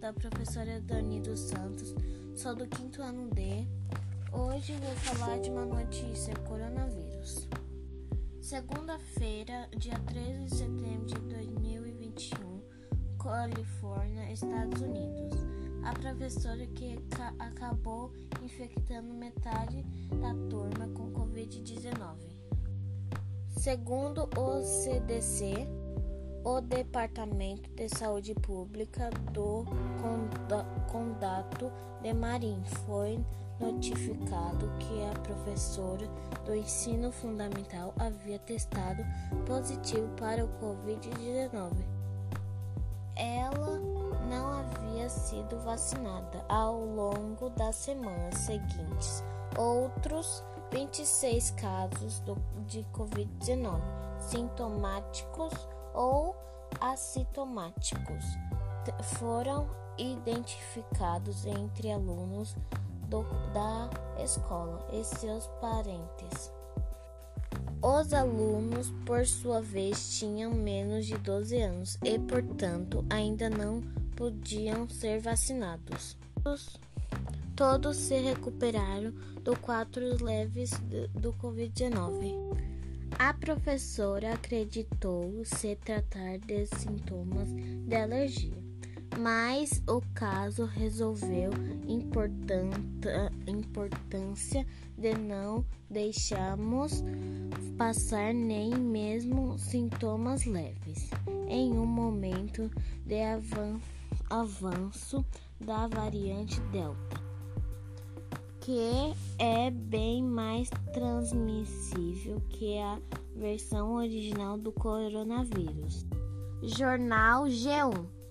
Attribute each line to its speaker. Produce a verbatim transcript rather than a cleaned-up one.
Speaker 1: da professora Dani dos Santos, sou do quinto ano D. Hoje vou falar de uma notícia: coronavírus. Segunda-feira, dia treze de setembro de dois mil e vinte e um, Califórnia, Estados Unidos. A professora que ca- acabou infectando metade da turma com covid dezenove. Segundo o C D C, o Departamento de Saúde Pública do Conda- Condado de Marin foi notificado que a professora do ensino fundamental havia testado positivo para o covid dezenove. Ela não havia sido vacinada. Ao longo das semanas seguintes, outros vinte e seis casos do, de covid dezenove sintomáticos ou assintomáticos foram identificados entre alunos do, da escola e seus parentes. Os alunos, por sua vez, tinham menos de doze anos e, portanto, ainda não podiam ser vacinados. Todos, todos se recuperaram do quadros leves do covid dezenove. A professora acreditou se tratar de sintomas de alergia, mas o caso resolveu importância de não deixarmos passar nem mesmo sintomas leves em um momento de avan- avanço da variante Delta, que é bem mais transmissível que a versão original do coronavírus. Jornal G um.